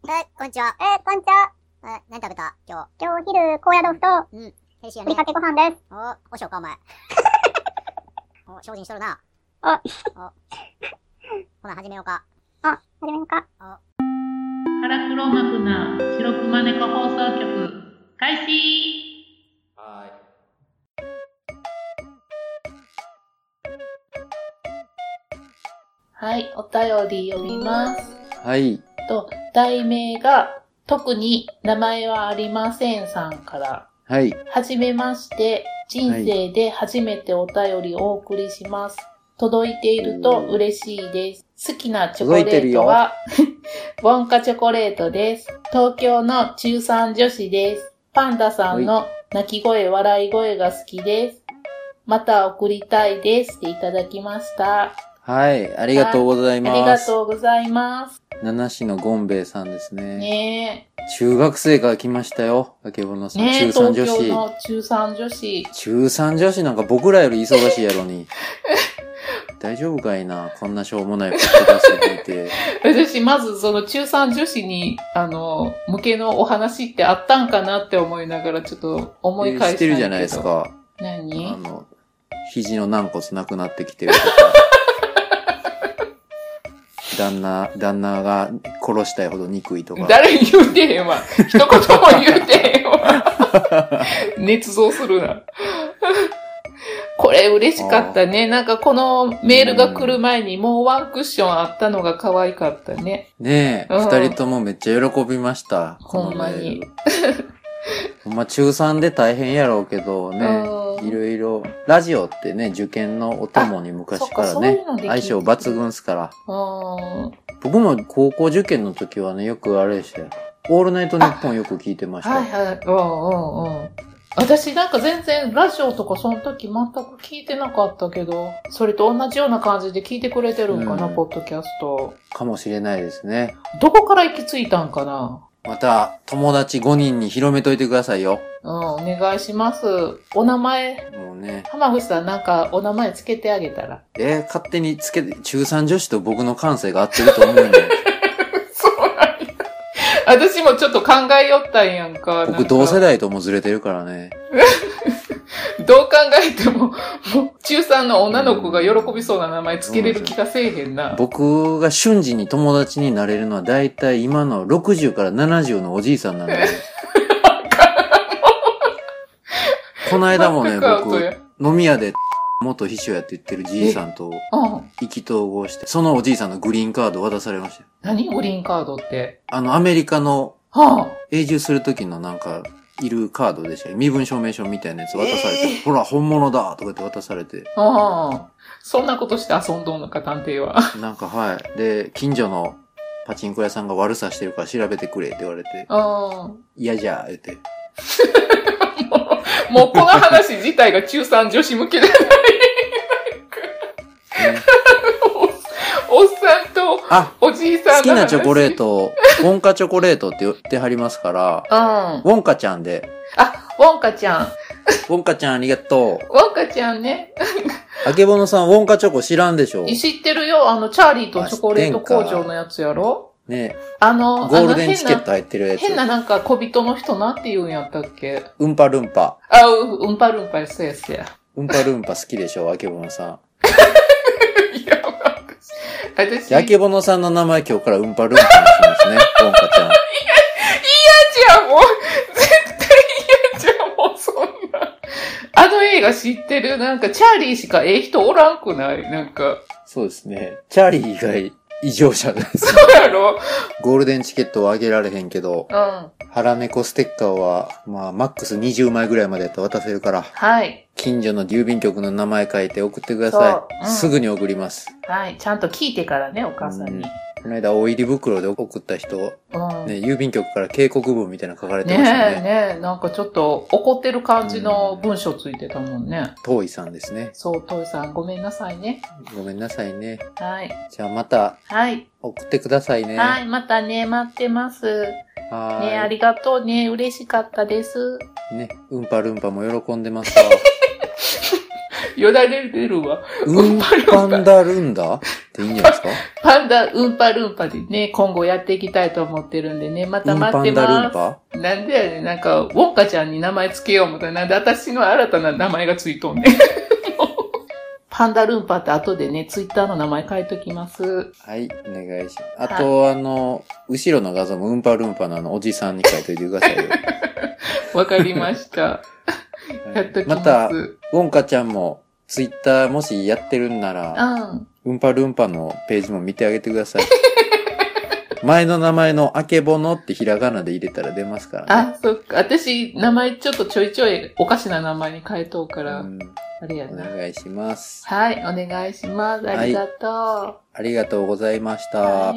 こんにちは。 こんにちは。 何食べた今今日お昼、高野豆腐と、 日。ヘルシーやねふりか。けご飯です。 おしょうかお前。精進しとるな。 あ、 ほな、始めようか。 始めようか。 腹黒幕な白熊猫放送局開始。はい、お便り読みます。 はい。 題名が特に名前はありませんさんから。 はい。 はじめまして、人生で初めてお便りをお送りします。届いていると嬉しいです。好きなチョコレートはウォンカチョコレートです。東京の中3女子です。パンダさんの泣き声、笑い声が好きです。また送りたいですっていただきました。 はい。ありがとうございます。 ありがとうございます。 七市のゴンベイさんですね。 ねえ。 中学生から来ましたよ。あけぼのさん。 ねえ、 中3女子。 東京の中3女子。 中3女子なんか僕らより忙しいやろに。大丈夫かいな、こんなしょうもないこと出してて。 私、まずその中3女子に、向けのお話ってあったんかなって思いながらちょっと思い返したんだけど。 知ってるじゃないですか。 何？ 肘の軟骨なくなってきてるとか。旦那が殺したいほど憎いとか。 誰に言うてへんわ。一言も言うてへんわ。捏造するな。これ嬉しかったね。なんかこのメールが来る前にもうワンクッションあったのが可愛かったね。 ねえ、二人ともめっちゃ喜びました。 ほんまに。 ほんま中3で大変やろうけどね、いろいろ、ラジオってね、受験のお供に昔からね、相性抜群っすから。僕も高校受験の時はね、よくあれでしたよ。オールナイトニッポンよく聞いてました。 はいはい。私なんか全然ラジオとかその時全く聞いてなかったけど、それと同じような感じで聞いてくれてるんかな、ポッドキャスト。 かもしれないですね。 どこから行き着いたんかな？ また、友達5人に広めといてくださいよ。 お願いします。お名前。 もうね。 浜口さんなんかお名前つけてあげたら。 勝手につけて、中3女子と僕の感性が合ってると思うんで。 そうなんや。私もちょっと考えよったんやんか。 僕同世代ともずれてるからね。 どう考えても、もう中3の女の子が喜びそうな名前つけれる気がせえへんな。 僕が瞬時に友達になれるのはだいたい今の60から70のおじいさんなんで。この間もね、僕、飲み屋で元秘書やって言ってるじいさんと意気投合して、そのおじいさんのグリーンカード渡されましたよ。 何グリーンカードって？ アメリカの永住する時のなんか、いるカードでしたよ。身分証明書みたいなやつ渡されて、ほら、本物だとかって渡されて。 そんなことして遊んどんのか、探偵は。 なんか、はい。で、近所のパチンコ屋さんが悪さしてるから調べてくれって言われて。嫌じゃあ、言って。 もうこの話自体が中3女子向けじゃない。おっさんとおじいさんの話。 好きなチョコレート、ウォンカチョコレートって言ってはりますから、ウォンカちゃんで。 ウォンカちゃん。 ウォンカちゃんありがとう。 ウォンカちゃんね。 あけぼのさん、ウォンカチョコ知らんでしょ？ 知ってるよ。チャーリーとチョコレート工場のやつやろ？ ねゴールデンチケット入ってるやつ。 変ななんか小人の人なんて言うんやったっけ？ うんぱるんぱ。 うんぱるんぱやつやつや。 うんぱるんぱ好きでしょ、あけぼのさん。 いや、私。 あけぼのさんの名前今日からうんぱるんぱにしますね、ウォンカちゃん。 嫌じゃん、もう。絶対嫌じゃん、もうそんな。映画知ってる？なんか、チャーリーしか人おらんくない？なんか。 そうですね。チャーリー以外異常者です、ね。 そうやろ？ ゴールデンチケットはあげられへんけど、腹猫ステッカーは、まあ、マックス20枚ぐらいまでやったら渡せるから。 はい。 近所の郵便局の名前書いて送ってください。すぐに送ります。 はい。ちゃんと聞いてからね、お母さんに。 この間、お入り袋で送った人、ね、郵便局から警告文みたいなの書かれてましたね。 ねえ、なんかちょっと怒ってる感じの文章ついてたもんね。 トイさんですね。 そう、トイさん、ごめんなさいね。 ごめんなさいね。 はい。 じゃあまた、 はい。 送ってくださいね。 はい、またね、待ってます。ね、ありがとうね、嬉しかったです。 ね、うんぱるんぱも喜んでますわ。 よだれ出るわ。 パンダルンダっていいんじゃないですか？ パンダ、ウンパルンパでね、今後やっていきたいと思ってるんでね、また待ってます。 パンダルンパ？ なんでやねん、なんか、ウォンカちゃんに名前つけよう思ったら、なんで私の新たな名前がついとんねん。パンダルンパって後でね、ツイッターの名前書いときます。 はい、お願いします。あと、後ろの画像もウンパルンパのおじさんに書いといてくださいよ。 わかりました。やっときます。 また、ウォンカちゃんもツイッターもしやってるんなら、ウンパルンパのページも見てあげてください。前の名前のあけぼのってひらがなで入れたら出ますからね。 あ、そっか。私、名前ちょっとちょいちょいおかしな名前に変えとうから。あれやな。 お願いします。 はい、お願いします。ありがとう。はい、 ありがとうございました。はい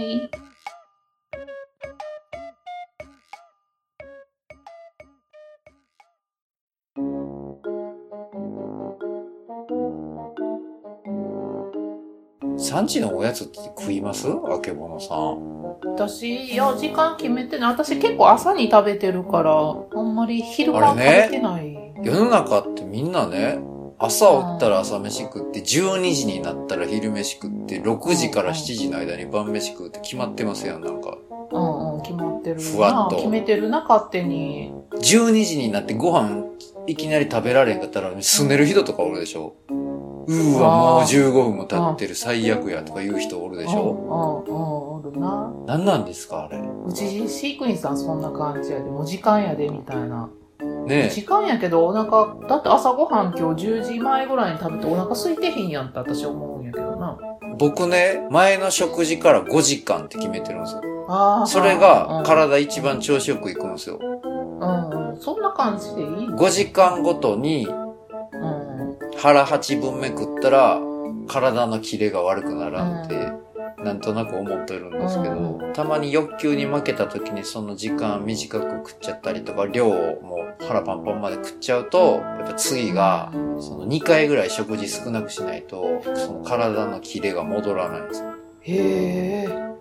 、3時のおやつって食います？あけぼのさん。 私、いや、時間決めてない。私結構朝に食べてるから、あんまり昼間食べてない。 世の中ってみんなね、朝起きたら朝飯食って、12時になったら昼飯食って、6時から7時の間に晩飯食うって決まってますやん、なんか。 決まってる。 ふわっと。 決めてるな、勝手に。 12時になってご飯いきなり食べられへんかったら、住んでる人とかおるでしょ。もう15分も経ってる最悪やとか言う人おるでしょ。 おるな。 何なんですか、あれ。 うち飼育員さんそんな感じやで、もう時間やで、みたいな。 ねえ。 時間やけどお腹、だって朝ごはん今日10時前ぐらいに食べてお腹空いてへんやんって私思うんやけどな。 僕ね、前の食事から5時間って決めてるんですよ。それが体一番調子よくいくんですよ。 そんな感じでいい ?5 時間ごとに、腹8分目食ったら体のキレが悪くならんって、なんとなく思ってるんですけど、たまに欲求に負けた時にその時間短く食っちゃったりとか、量をもう腹パンパンまで食っちゃうと、やっぱ次が、その2回ぐらい食事少なくしないと、その体のキレが戻らないんですよ。 へー。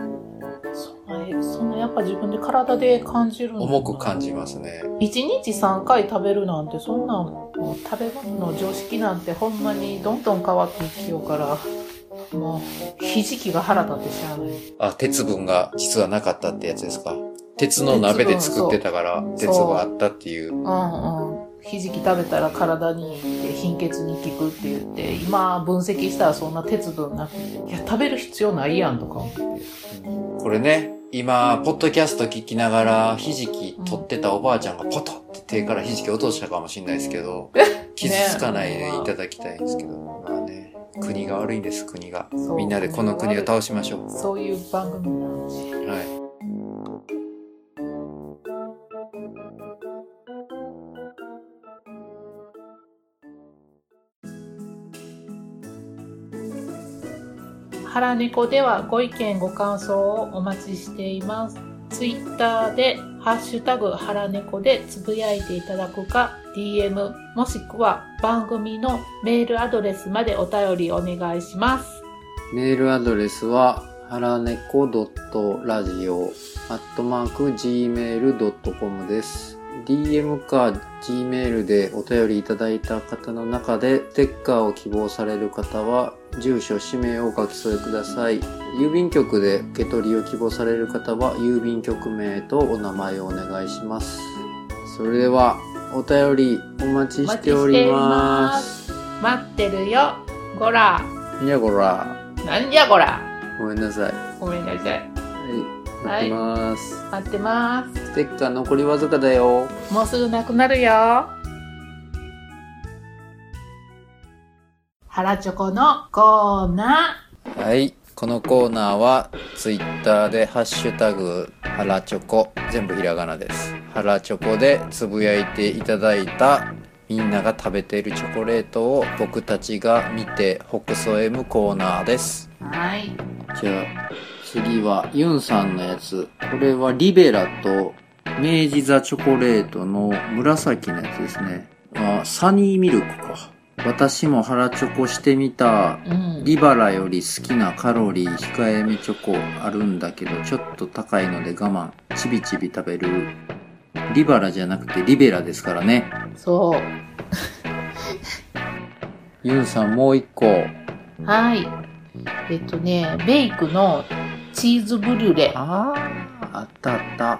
そんなやっぱ自分で体で感じるの？ 重く感じますね。 1日3回食べるなんて、そんなん、もう食べ物の常識なんてほんまにどんどん変わっていきようから、もう、ひじきが腹立ってしゃあない。 あ、鉄分が実はなかったってやつですか？鉄の鍋で作ってたから、鉄があったっていう。 ひじき食べたら体にいいって貧血に効くって言って、今分析したらそんな鉄分なくて、いや、食べる必要ないやんとか思って。 これね、今、ポッドキャスト聞きながら、ひじき取ってたおばあちゃんがポトって手からひじき落としたかもしれないですけど、傷つかないでいただきたいんですけど、まあね、国が悪いんです、国が。みんなでこの国を倒しましょう。 そういう番組なんですよ。 はい。 腹猫ではご意見ご感想をお待ちしています。ツイッターでハッシュタグ腹猫でつぶやいていただくか、DM もしくは番組のメールアドレスまでお便りお願いします。 メールアドレスははらねこ.radio@gmail.com です。DM か Gmail でお便りいただいた方の中でステッカーを希望される方は住所、氏名をお書き添えください。郵便局で受け取りを希望される方は郵便局名とお名前をお願いします。それではお便りお待ちしております。 待ってるよ、ゴラ。 なんじゃゴラ。 なんじゃゴラ。 ごめんなさい。 ごめんなさい。 待ってます。 待ってます。 ステッカー残りわずかだよ。 もうすぐなくなるよ。腹チョコのコーナー。はい。このコーナーはツイッターでハッシュタグ腹チョコ、全部ひらがなです。腹チョコでつぶやいていただいたみんなが食べているチョコレートを僕たちが見てほくそ笑むコーナーです。 はい。 じゃあ次はユンさんのやつ。これはリベラと明治座チョコレートの紫のやつですね。サニーミルクか。私も腹チョコしてみた。リバラより好きなカロリー控えめチョコあるんだけどちょっと高いので我慢。ちびちび食べる。リバラじゃなくてリベラですからね。 そう。 ユンさんもう一個。 はい。ベイクのチーズブリュレ。 あった。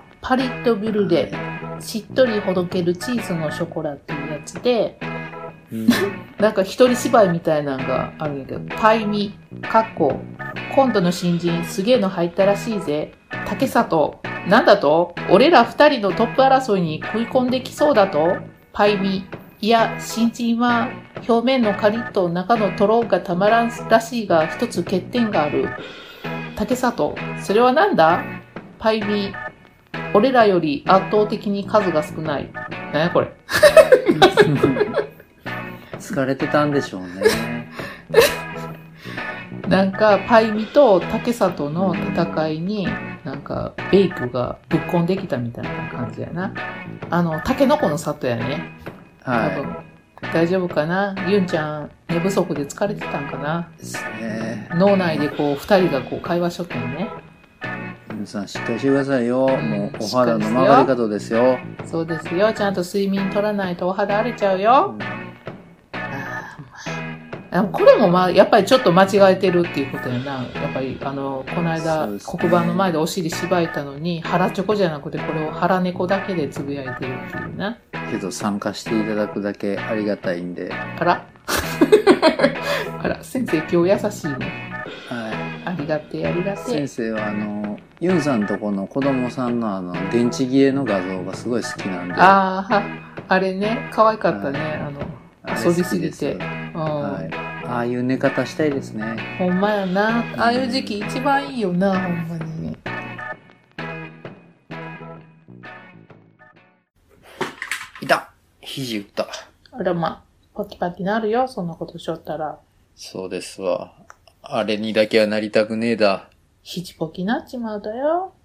パリッとブリュレ。しっとりほどけるチーズのショコラっていうやつで、なんか一人芝居みたいなのがあるんだけど、パイミ、今度の新人すげえの入ったらしいぜ。竹里、なんだと？俺ら二人のトップ争いに食い込んできそうだと？パイミ、いや、新人は表面のカリッと中のトロがたまらんらしいが一つ欠点がある。竹里、それはなんだ？パイミ、俺らより圧倒的に数が少ない。なんやこれ。 疲れてたんでしょうね。 なんか、パイミと竹里の戦いに、なんか、ベイクがぶっこんできたみたいな感じやな。タケノコの里やね。 はい。 大丈夫かな？ユンちゃん、寝不足で疲れてたんかな？ ですね。 脳内でこう、二人がこう、会話しとったよね。 ユンさん、しっかりしてくださいよ。もう、お肌の曲がり方ですよ。 そうですよ。ちゃんと睡眠取らないとお肌荒れちゃうよ。これもやっぱりちょっと間違えてるっていうことやな。やっぱり、この間、黒板の前でお尻しばいたのに、腹チョコじゃなくて、これを腹猫だけでつぶやいてるっていうな。 けど、参加していただくだけありがたいんで。 あらあら、先生今日優しいね。 はい。 ありがてえ、ありがて先え。 生はユンさんとこの子供さんの電池切れの画像がすごい好きなんで。 あれね、可愛かったね。遊びすぎて。 はい。ああいう寝方したいですね。 ほんまやな。ああいう時期一番いいよな、ほんまに。 いた！肘打った。 あらパキパキなるよ、そんなことしよったら。 そうですわ。あれにだけはなりたくねえだ。 肘ポキなっちまうだよ。